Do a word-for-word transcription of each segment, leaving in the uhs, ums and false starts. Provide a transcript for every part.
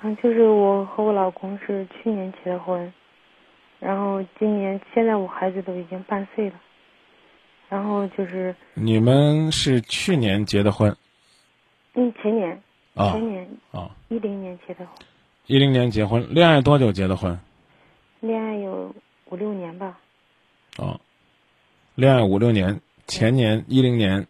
嗯，就是我和我老公是去年结的婚，然后今年现在我孩子都已经半岁了，然后就是你们是去年结的婚？ 嗯，前年， 啊前年啊， 一零年结的婚， 一零年结婚，恋爱多久结的婚？ 恋爱有五六年吧。 啊，恋爱五六年，前年一零年，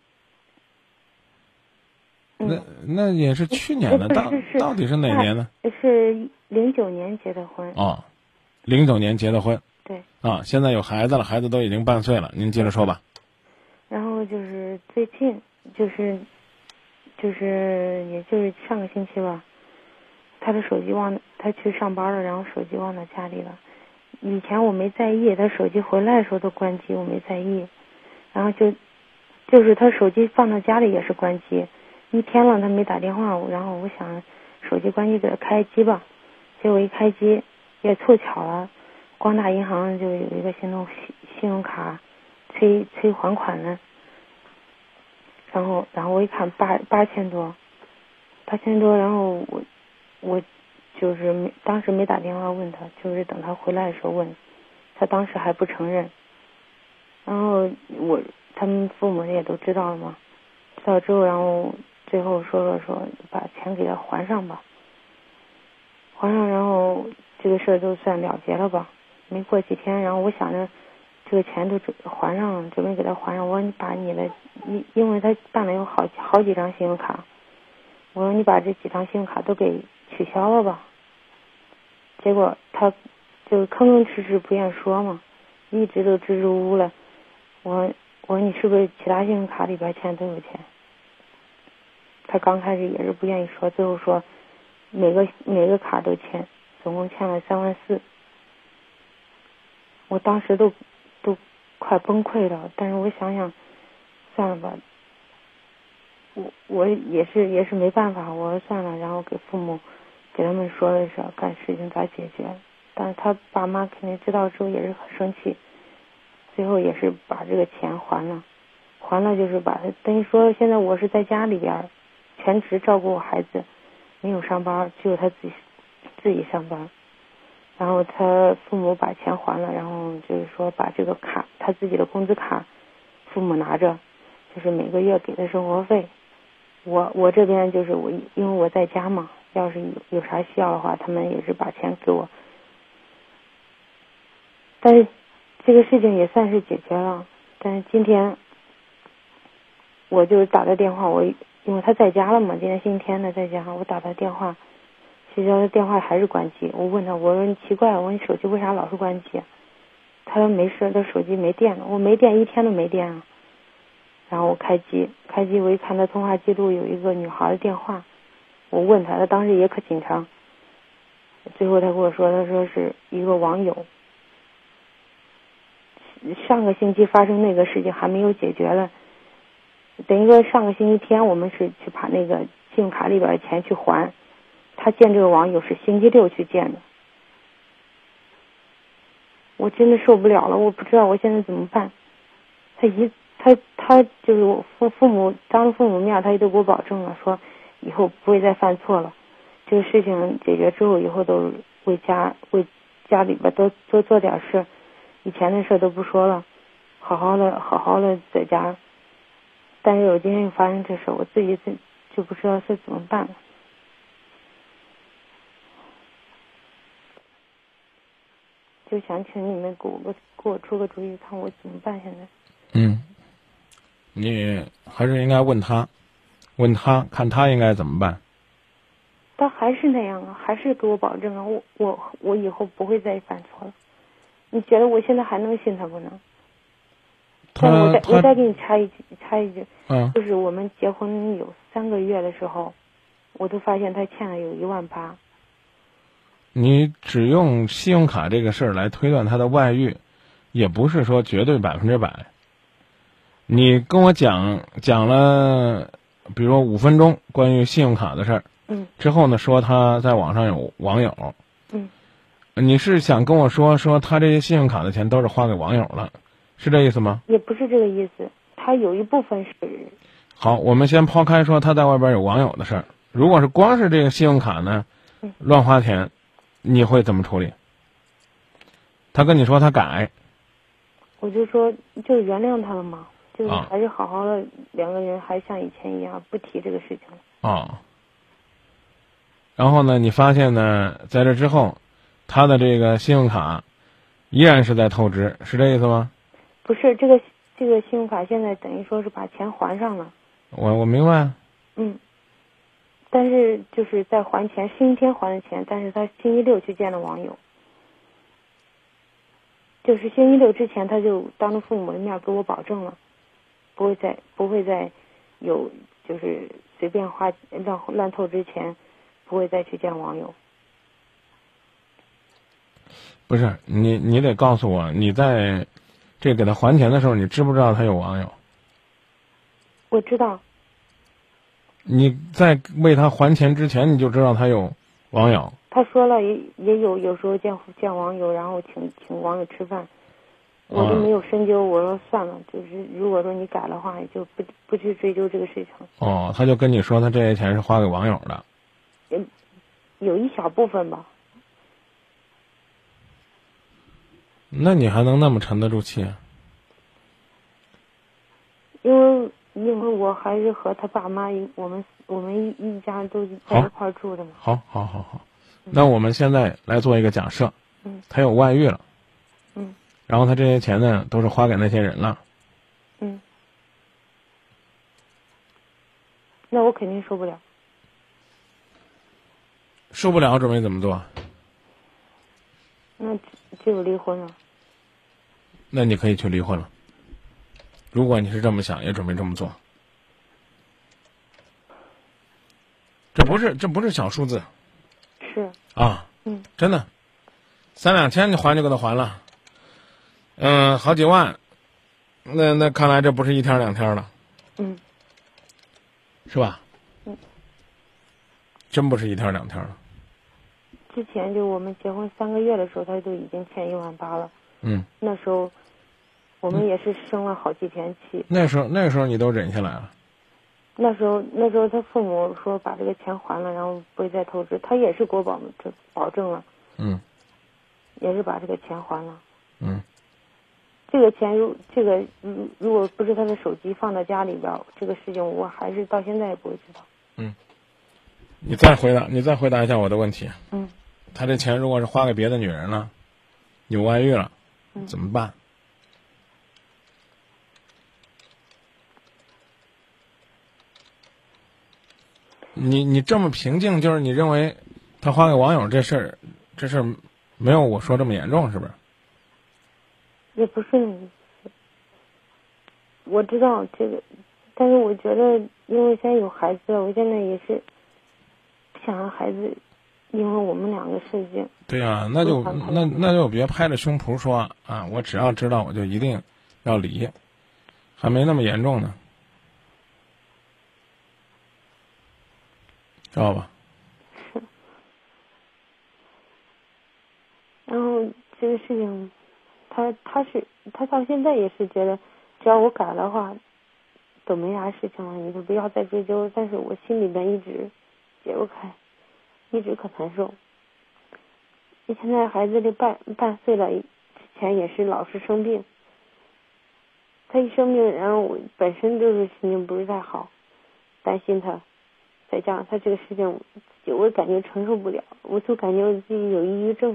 那嗯， 那也是去年的，到不是是到底是哪年呢？ 是零九年结的婚。 啊，零九年结的婚。 对。 啊，现在有孩子了，孩子都已经半岁了，您接着说吧。 然后就是最近，就是就是也就是上个星期吧，他的手机忘，他去上班了，然后手机忘到家里了。以前我没在意，他手机回来的时候都关机，我没在意。然后就就是他手机放到家里也是关机，一天了他没打电话，然后我想手机关机给他开机吧，结果一开机也凑巧了，光大银行就有一个信用信用卡催催还款了，然后然后我一看八八千多，八千多，然后我我就是没当时没打电话问他，就是等他回来的时候问，他当时还不承认，然后我他们父母也都知道了嘛，知道之后，然后最后说说说把钱给他还上吧，还上，然后这个事儿就算了结了吧。没过几天，然后我想着这个钱都还上了，准备给他还上。我说你把你的，因因为他办了有好好几张信用卡，我说你把这几张信用卡都给取消了吧。结果他就吭吭哧哧不愿说嘛，一直都支支吾吾了。我我说你是不是其他信用卡里边欠都有钱？他刚开始也是不愿意说，最后说每个每个卡都欠，总共欠了三万四。我当时都都快崩溃了，但是我想想，算了吧，我我也是也是没办法，我说算了，然后给父母给他们说的是干事情咋解决，但是他爸妈肯定知道之后也是很生气，最后也是把这个钱还了，还了就是把他等于说现在我是在家里边全职照顾我孩子，没有上班，只有他自己自己上班。然后他父母把钱还了，然后就是说把这个卡，他自己的工资卡，父母拿着，就是每个月给的生活费。我我这边就是我因为我在家嘛，要是有有啥需要的话，他们也是把钱给我。但是这个事情也算是解决了。但是今天我就打他电话，我因为他在家了嘛，今天星期天的在家，我打他电话。学校的电话还是关机，我问他，我说你奇怪，我说你手机为啥老是关机？他说没事，他手机没电了。我没电一天都没电啊。然后我开机，开机我一看他通话记录有一个女孩的电话，我问他，他当时也可紧张。最后他跟我说，他说是一个网友，上个星期发生那个事情还没有解决了，等于说上个星期天我们是去把那个信用卡里边的钱去还。他见这个网友是星期六去见的，我真的受不了了，我不知道我现在怎么办。他一他他就是我父父母当着父母面，他也都给我保证了，说以后不会再犯错了。这个事情解决之后，以后都为家为家里边多多做点事，以前的事都不说了，好好的好好的在家。但是我今天又发生这事，我自己就就不知道是怎么办了。就想请你们给我个给我出个主意，看我怎么办现在。 嗯，你还是应该问他，问他看他应该怎么办。 他还是那样啊，还是给我保证啊，我我我以后不会再犯错了。你觉得我现在还能信他不能？但我再我再给你插一句插一句， 嗯， 就是我们结婚有三个月的时候，我都发现他欠了有一万八。 你只用信用卡这个事儿来推断他的外遇，也不是说绝对百分之百。你跟我讲讲了，比如说五分钟关于信用卡的事儿， 嗯， 之后呢说他在网上有网友， 嗯， 你是想跟我说说他这些信用卡的钱都是花给网友了，是这意思吗？ 也不是这个意思，他有一部分是。 好，我们先抛开说他在外边有网友的事儿，如果是光是这个信用卡呢， 嗯乱花钱，你会怎么处理？他跟你说他改， 我就说就原谅他了嘛，就是啊还是好好的两个人还像以前一样不提这个事情了。 哦，然后呢，你发现呢，在这之后，他的这个信用卡依然是在透支，是这意思吗？ 不是这个这个信用卡现在等于说是把钱还上了， 我我明白， 嗯，但是就是在还钱，星期天还的钱，但是他星期六去见了网友，就是星期六之前他就当着父母的面给我保证了，不会再不会再有就是随便花乱乱透支钱，不会再去见网友。 不是你，你得告诉我，你在这给他还钱的时候，你知不知道他有网友？ 我知道， 你在为他还钱之前，你就知道他有网友。 他说了也也有有时候见见网友，然后请请网友吃饭，我都没有深究。我说算了，就是如果说你改的话，也就不不去追究这个事情。 哦，他就跟你说他这些钱是花给网友的。 有有一小部分吧。 那你还能那么沉得住气啊？ 因为因为我还是和他爸妈一我们我们一一家都在一块儿住的嘛。 好，好，好，好。那我们现在来做一个假设， 嗯， 他有外遇了， 嗯， 然后他这些钱呢都是花给那些人了， 嗯，那我肯定受不了。 受不了准备怎么做？ 那只只有离婚了。 那你可以去离婚了。如果你是这么想，也准备这么做，这不是这不是小数字。 是啊， 嗯， 真的，三两千你还就给他还了，嗯，好几万，那那看来这不是一天两天了， 嗯， 是吧？ 嗯， 真不是一天两天了。 之前就我们结婚三个月的时候，他就已经欠一万八了。 嗯， 那时候我们也是生了好几天气。 那时候那时候你都忍下来了。 那时候那时候他父母说把这个钱还了，然后不会再透支，他也是给我保这保证了。 嗯， 也是把这个钱还了。 嗯， 这个钱如这个如如果不是他的手机放在家里边，这个事情我还是到现在也不会知道。 嗯，你再回答，你再回答一下我的问题。 嗯， 他这钱如果是花给别的女人了，有外遇了， 嗯、 怎么办？你你这么平静，就是你认为他花给网友这事儿，这事儿没有我说这么严重，是不是？ 也不是那意思。我知道这个，但是我觉得，因为现在有孩子了，我现在也是不想让孩子因为我们两个事情。 对呀、啊，那就那那就别拍着胸脯说啊，我只要知道我就一定要离，还没那么严重呢，知道吧？ 是。然后这个事情，他他是他到现在也是觉得，只要我改的话，都没啥事情了，你就不要再追究。但是我心里边一直解不开，一直可难受。现在孩子这半半岁了，之前也是老是生病。他一生病，然后我本身就是心情不是太好，担心他，再加上他这个事情，我感觉承受不了，我就感觉我自己有抑郁症。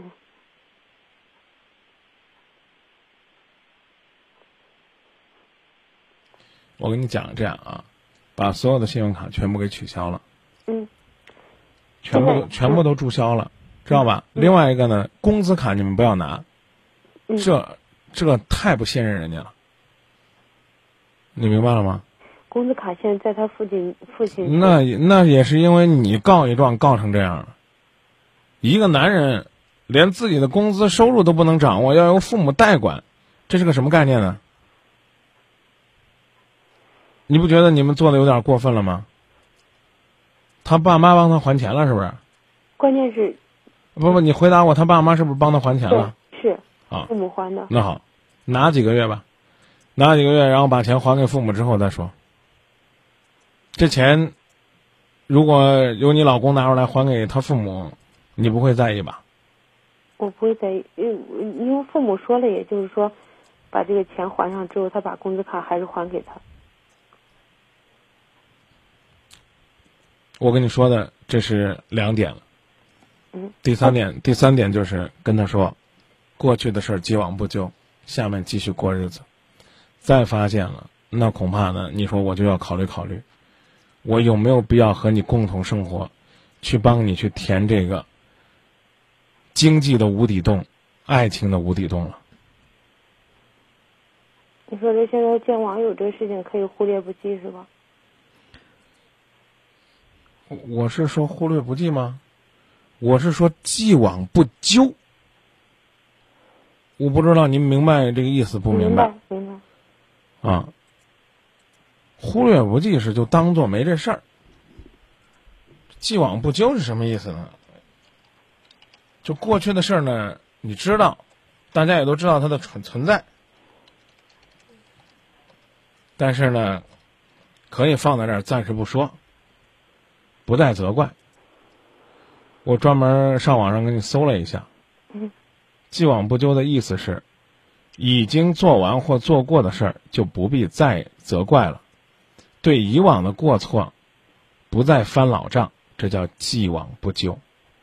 我跟你讲，这样啊，把所有的信用卡全部给取消了， 嗯， 全部都全部都注销了，知道吧？ 嗯、 另外一个呢，工资卡你们不要拿， 嗯、 这这太不信任人家了，你明白了吗？ 工资卡现在在他父亲父亲那那也是因为你告一状告成这样了，一个男人连自己的工资收入都不能掌握，要由父母代管，这是个什么概念呢？你不觉得你们做的有点过分了吗？他爸妈帮他还钱了，是不是？ 关键是， 不不，你回答我，他爸妈是不是帮他还钱了？ 是啊， 父母还的。 那好，拿几个月吧，拿几个月，然后把钱还给父母之后再说。这钱如果由你老公拿出来还给他父母， 你不会在意吧？ 我不会在意，因为因为父母说了，也就是说，把这个钱还上之后，他把工资卡还是还给他。 我跟你说的这是两点了。 嗯。 第三点，第三点就是跟他说，过去的事儿既往不咎，下面继续过日子。再发现了，那恐怕呢，你说我就要考虑考虑，我有没有必要和你共同生活，去帮你去填这个经济的无底洞，爱情的无底洞了。 你说这现在见网友这个事情可以忽略不计是吧？ 我是说忽略不计吗？我是说既往不咎。我不知道您明白这个意思不明白？ 明白，明白。 啊，忽略不计是就当做没这事儿。既往不咎是什么意思呢？就过去的事儿呢，你知道，大家也都知道它的存存在，但是呢，可以放在这儿暂时不说，不再责怪。我专门上网上给你搜了一下， 嗯， 既往不咎的意思是，已经做完或做过的事儿就不必再责怪了，对以往的过错不再翻老账，这叫既往不咎。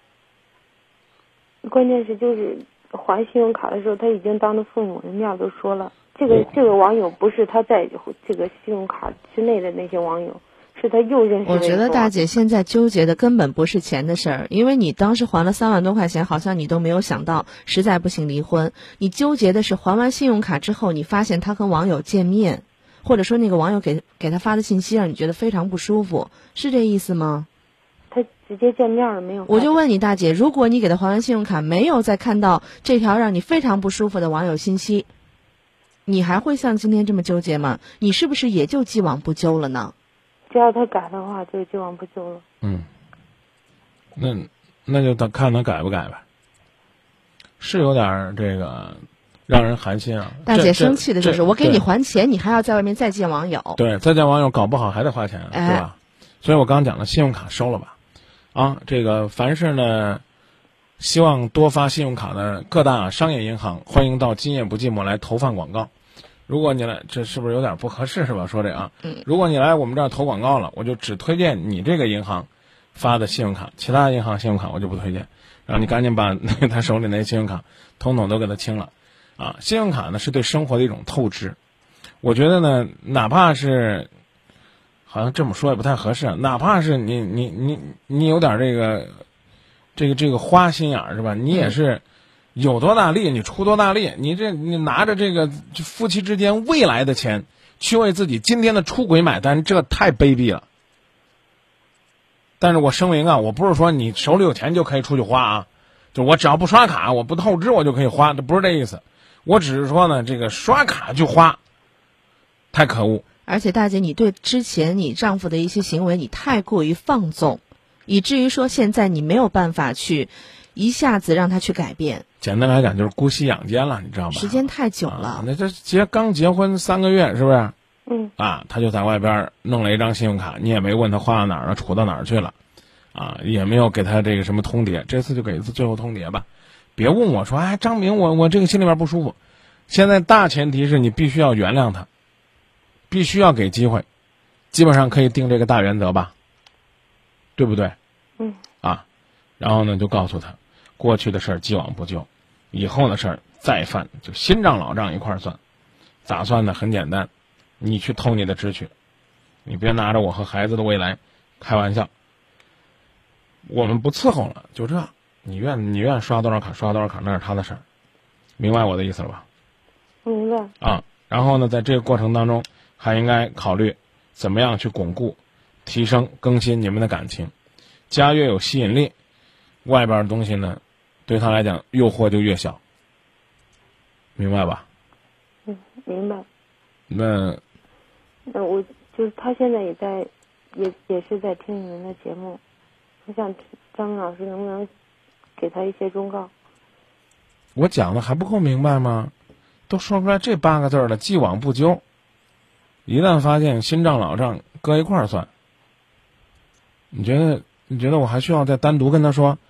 关键是就是还信用卡的时候，他已经当着父母的面都说了，这个这个网友不是他在这个信用卡之内的那些网友，是他又认识的。 我觉得大姐现在纠结的根本不是钱的事儿，因为你当时还了三万多块钱，好像你都没有想到实在不行离婚。你纠结的是还完信用卡之后，你发现他和网友见面，或者说那个网友给给他发的信息让你觉得非常不舒服，是这意思吗？ 他直接见面了没有？ 我就问你大姐，如果你给他还完信用卡，没有再看到这条让你非常不舒服的网友信息，你还会像今天这么纠结吗？你是不是也就既往不咎了呢？ 只要他改的话，就既往不咎了。 嗯，那那就他看他改不改呗。是有点这个让人寒心啊。 大姐生气的就是我给你还还钱，你还要在外面再见网友。 对，再见网友搞不好还得花钱， 哎、 对吧？所以我刚刚讲了，信用卡收了吧。啊，这个凡是呢，希望多发信用卡的各大商业银行，欢迎到今夜不寂寞来投放广告。如果你来，这是不是有点不合适是吧？说这啊， 嗯， 如果你来我们这儿投广告了，我就只推荐你这个银行发的信用卡，其他银行信用卡我就不推荐。然后你赶紧把他手里那些信用卡统统都给他清了。啊，信用卡呢是对生活的一种透支。我觉得呢，哪怕是好像这么说也不太合适，哪怕是你你你你有点这个这个这个花心眼儿是吧？你也是有多大力你出多大力，你这你拿着这个夫妻之间未来的钱去为自己今天的出轨买单，这太卑鄙了。但是我声明啊，我不是说你手里有钱就可以出去花啊，就我只要不刷卡，我不透支我就可以花，这不是这意思。我只是说呢，这个刷卡就花，太可恶。 而且大姐，你对之前你丈夫的一些行为，你太过于放纵，以至于说现在你没有办法去一下子让他去改变。 简单来讲就是姑息养奸了，你知道吗？ 时间太久了。 啊、那这结刚结婚三个月是不是？ 嗯。 啊，他就在外边弄了一张信用卡，你也没问他花到哪儿了，储到哪儿去了，啊，也没有给他这个什么通牒，这次就给一次最后通牒吧。别问我说，哎，张明，我我这个心里边不舒服。现在大前提是你必须要原谅他，必须要给机会，基本上可以定这个大原则吧，对不对？ 嗯。 啊，然后呢，就告诉他，过去的事儿既往不咎，以后的事儿再犯就新账老账一块儿算。咋算呢？很简单，你去偷你的支取，你别拿着我和孩子的未来开玩笑。我们不伺候了，就这。你愿你愿刷多少卡刷多少卡，那是他的事儿，明白我的意思了吧？ 明白。 啊，然后呢，在这个过程当中，还应该考虑怎么样去巩固、提升、更新你们的感情。家越有吸引力，外边的东西呢，对他来讲诱惑就越小，明白吧？ 嗯，明白。 那那我就是他现在也在，也也是在听你们的节目。我想张明老师能不能给他一些忠告？ 我讲的还不够明白吗？都说出来这八个字了，既往不咎。一旦发现新账老账搁一块儿算，你觉得你觉得我还需要再单独跟他说，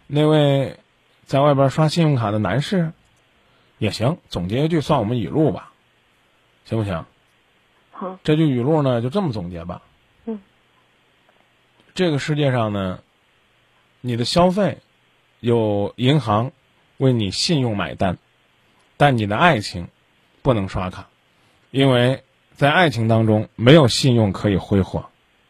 那位在外边刷信用卡的男士也行，总结一句算我们语录吧，行不行？ 好。 这句语录呢就这么总结吧。 嗯。 这个世界上呢，你的消费有银行为你信用买单，但你的爱情不能刷卡，因为在爱情当中没有信用可以挥霍。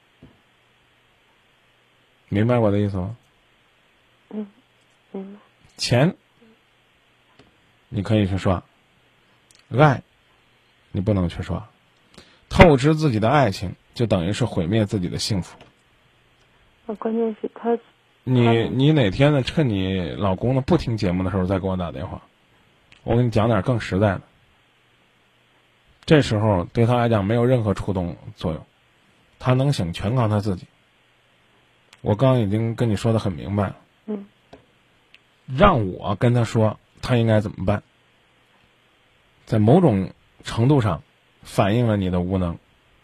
明白我的意思吗？ 嗯，明白。 钱你可以去刷，爱你不能去刷，透支自己的爱情就等于是毁灭自己的幸福。 那关键是他， 你你哪天呢？趁你老公呢不听节目的时候再给我打电话，我给你讲点更实在的。这时候对他来讲没有任何触动作用，他能醒全靠他自己。我刚刚已经跟你说的很明白了。 嗯。 让我跟他说他应该怎么办，在某种程度上反映了你的无能，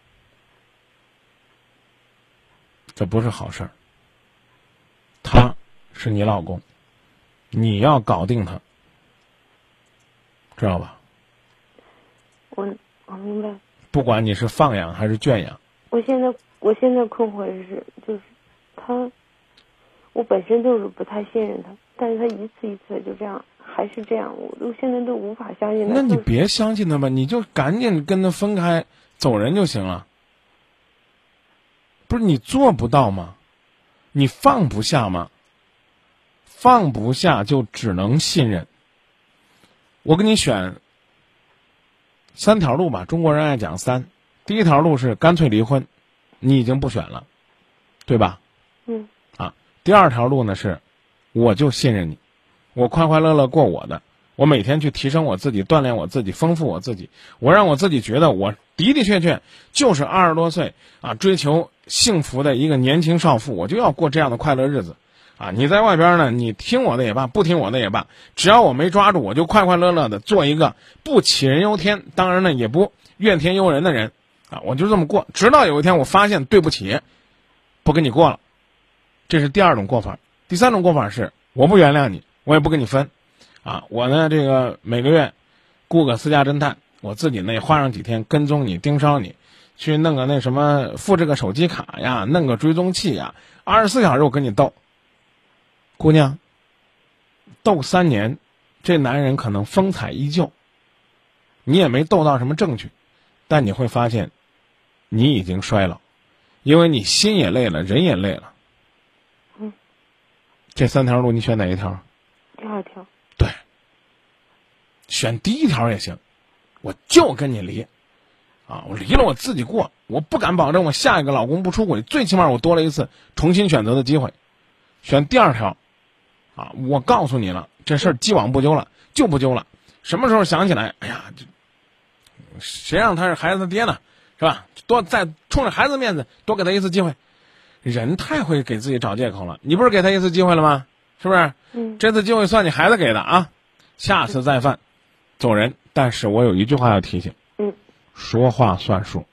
这不是好事儿。他是你老公，你要搞定他，知道吧？ 我我明白。 不管你是放养还是圈养。 我现在我现在困惑是，就是他，我本身就是不太信任他，但是他一次一次就这样，还是这样，我都现在都无法相信他。 那你别相信他吧，你就赶紧跟他分开走人就行了。不是你做不到吗？你放不下吗？放不下就只能信任。我给你选三条路吧，中国人爱讲三。第一条路是干脆离婚，你已经不选了，对吧？ 嗯。 啊，第二条路呢是，我就信任你，我快快乐乐过我的，我每天去提升我自己，锻炼我自己，丰富我自己，我让我自己觉得我的的确确就是二十多岁啊，追求幸福的一个年轻少妇，我就要过这样的快乐日子。啊，你在外边呢，你听我的也罢，不听我的也罢，只要我没抓住，我就快快乐乐的做一个不杞人忧天，当然呢也不怨天尤人的人啊，我就这么过，直到有一天我发现对不起，不跟你过了。这是第二种过法。第三种过法是我不原谅你，我也不跟你分啊，我呢这个每个月雇个私家侦探，我自己呢也花上几天跟踪你，盯梢你，去弄个那什么复制个手机卡呀，弄个追踪器呀，二十四小时我跟你斗。姑娘，斗三年，这男人可能风采依旧，你也没斗到什么证据，但你会发现你已经衰老，因为你心也累了，人也累了。 嗯。 这三条路你选哪一条？ 第二条。 对。选第一条也行，我就跟你离啊，我离了我自己过，我不敢保证我下一个老公不出轨，最起码我多了一次重新选择的机会。选第二条啊，我告诉你了，这事儿既往不咎了，就不咎了。什么时候想起来，哎呀，这谁让他是孩子的爹呢，是吧？多再冲着孩子面子，多给他一次机会。人太会给自己找借口了，你不是给他一次机会了吗？是不是？ 嗯。 这次机会算你孩子给的啊，下次再犯，走人。但是我有一句话要提醒， 嗯， 说话算数。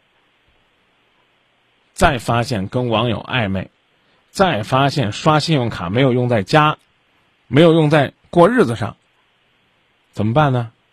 再发现跟网友暧昧，再发现刷信用卡没有用在家，没有用在过日子上，怎么办呢？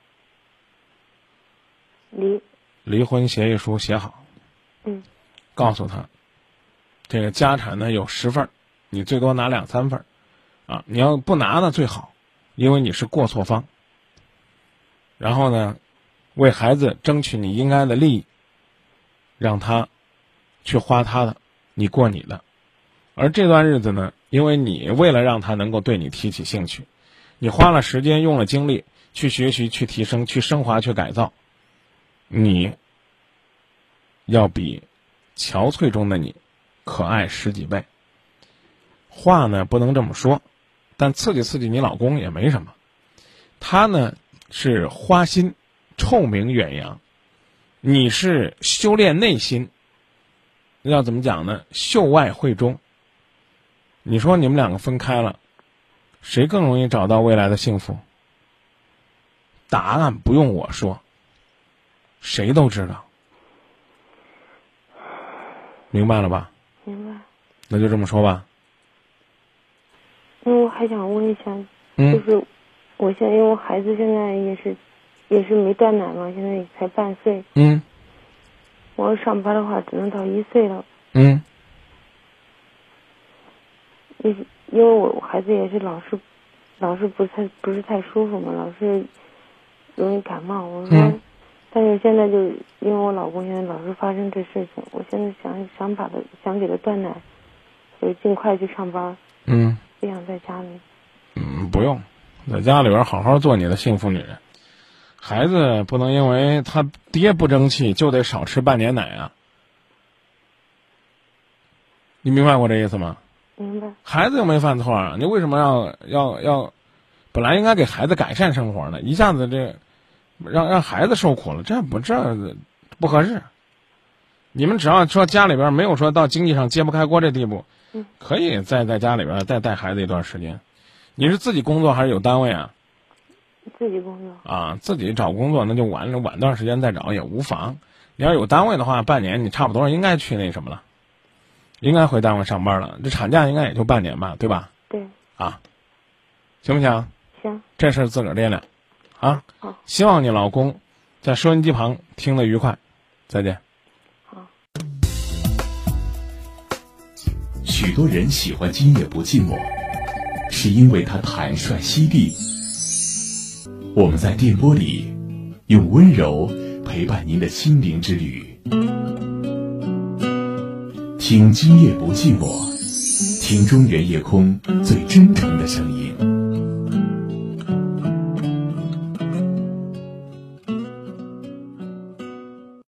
离离婚协议书写好， 嗯， 告诉他，这个家产呢有十份，你最多拿两三份，啊，你要不拿呢最好，因为你是过错方。然后呢，为孩子争取你应该的利益，让他去花他的，你过你的。而这段日子呢，因为你为了让他能够对你提起兴趣，你花了时间用了精力去学习去提升去升华去改造，你要比憔悴中的你可爱十几倍。话呢不能这么说，但刺激刺激你老公也没什么。他呢是花心臭名远扬，你是修炼内心，要怎么讲呢？秀外慧中。你说你们两个分开了，谁更容易找到未来的幸福？答案不用我说，谁都知道。明白了吧？ 明白。 那就这么说吧。 那我还想问一下， 嗯就是我现在因为我孩子现在也是也是没断奶嘛，现在也才半岁。 嗯我要上班的话，只能到一岁了。 嗯因因为我孩子也是老是老是不太不是太舒服嘛，老是容易感冒。我说， 嗯但是现在就因为我老公现在老是发生这事情，我现在想想把他想给他断奶，就尽快去上班， 嗯不想在家里。 嗯，不用，在家里边好好做你的幸福女人。孩子不能因为他爹不争气就得少吃半年奶啊！你明白我这意思吗？ 明白。 孩子又没犯错啊，你为什么要要要？本来应该给孩子改善生活呢，一下子这让让孩子受苦了，这不这不合适。你们只要说家里边没有说到经济上揭不开锅这地步， 嗯， 可以再在家里边再带孩子一段时间。你是自己工作还是有单位啊？ 自己工作。 啊，自己找工作那就晚了，晚段时间再找也无妨。你要有单位的话，半年你差不多应该去那什么了，应该回单位上班了。这产假应该也就半年吧，对吧？ 对。 啊，行不行？ 行。 这事儿自个儿掂量，啊。 好。 希望你老公在收音机旁听得愉快，再见。 好。 许多人喜欢今夜不寂寞，是因为他坦率犀利。我们在电波里用温柔陪伴您的心灵之旅，听今夜不寂寞，听中原夜空最真诚的声音。